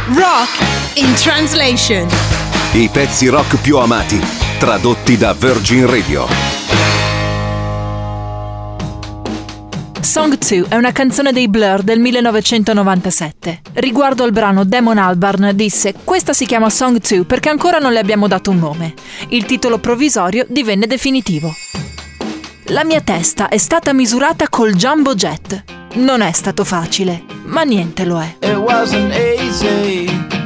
Rock in Translation. I pezzi rock più amati, tradotti da Virgin Radio. Song 2 è una canzone dei Blur del 1997. Riguardo al brano, Damon Albarn disse: questa si chiama Song 2 perché ancora non le abbiamo dato un nome. Il titolo provvisorio divenne definitivo. La mia testa è stata misurata col Jumbo Jet. Non è stato facile, ma niente lo è. It wasn't easy,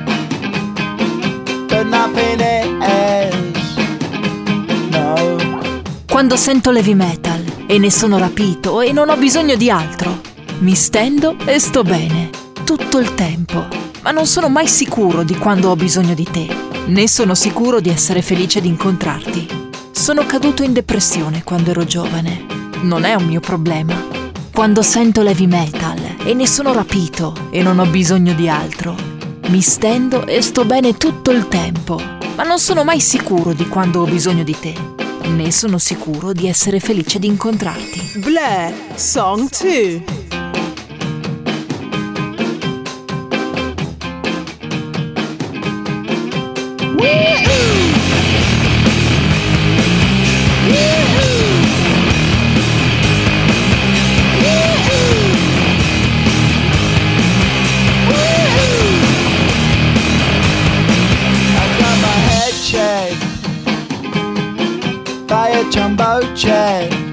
but nothing is. No. Quando sento heavy metal e ne sono rapito e non ho bisogno di altro, mi stendo e sto bene tutto il tempo, ma non sono mai sicuro di quando ho bisogno di te, né sono sicuro di essere felice di incontrarti. Sono caduto in depressione quando ero giovane, non è un mio problema. Quando sento heavy metal e ne sono rapito e non ho bisogno di altro, mi stendo e sto bene tutto il tempo, ma non sono mai sicuro di quando ho bisogno di te, né sono sicuro di essere felice di incontrarti. Blur, Song 2. By a jumbo jet.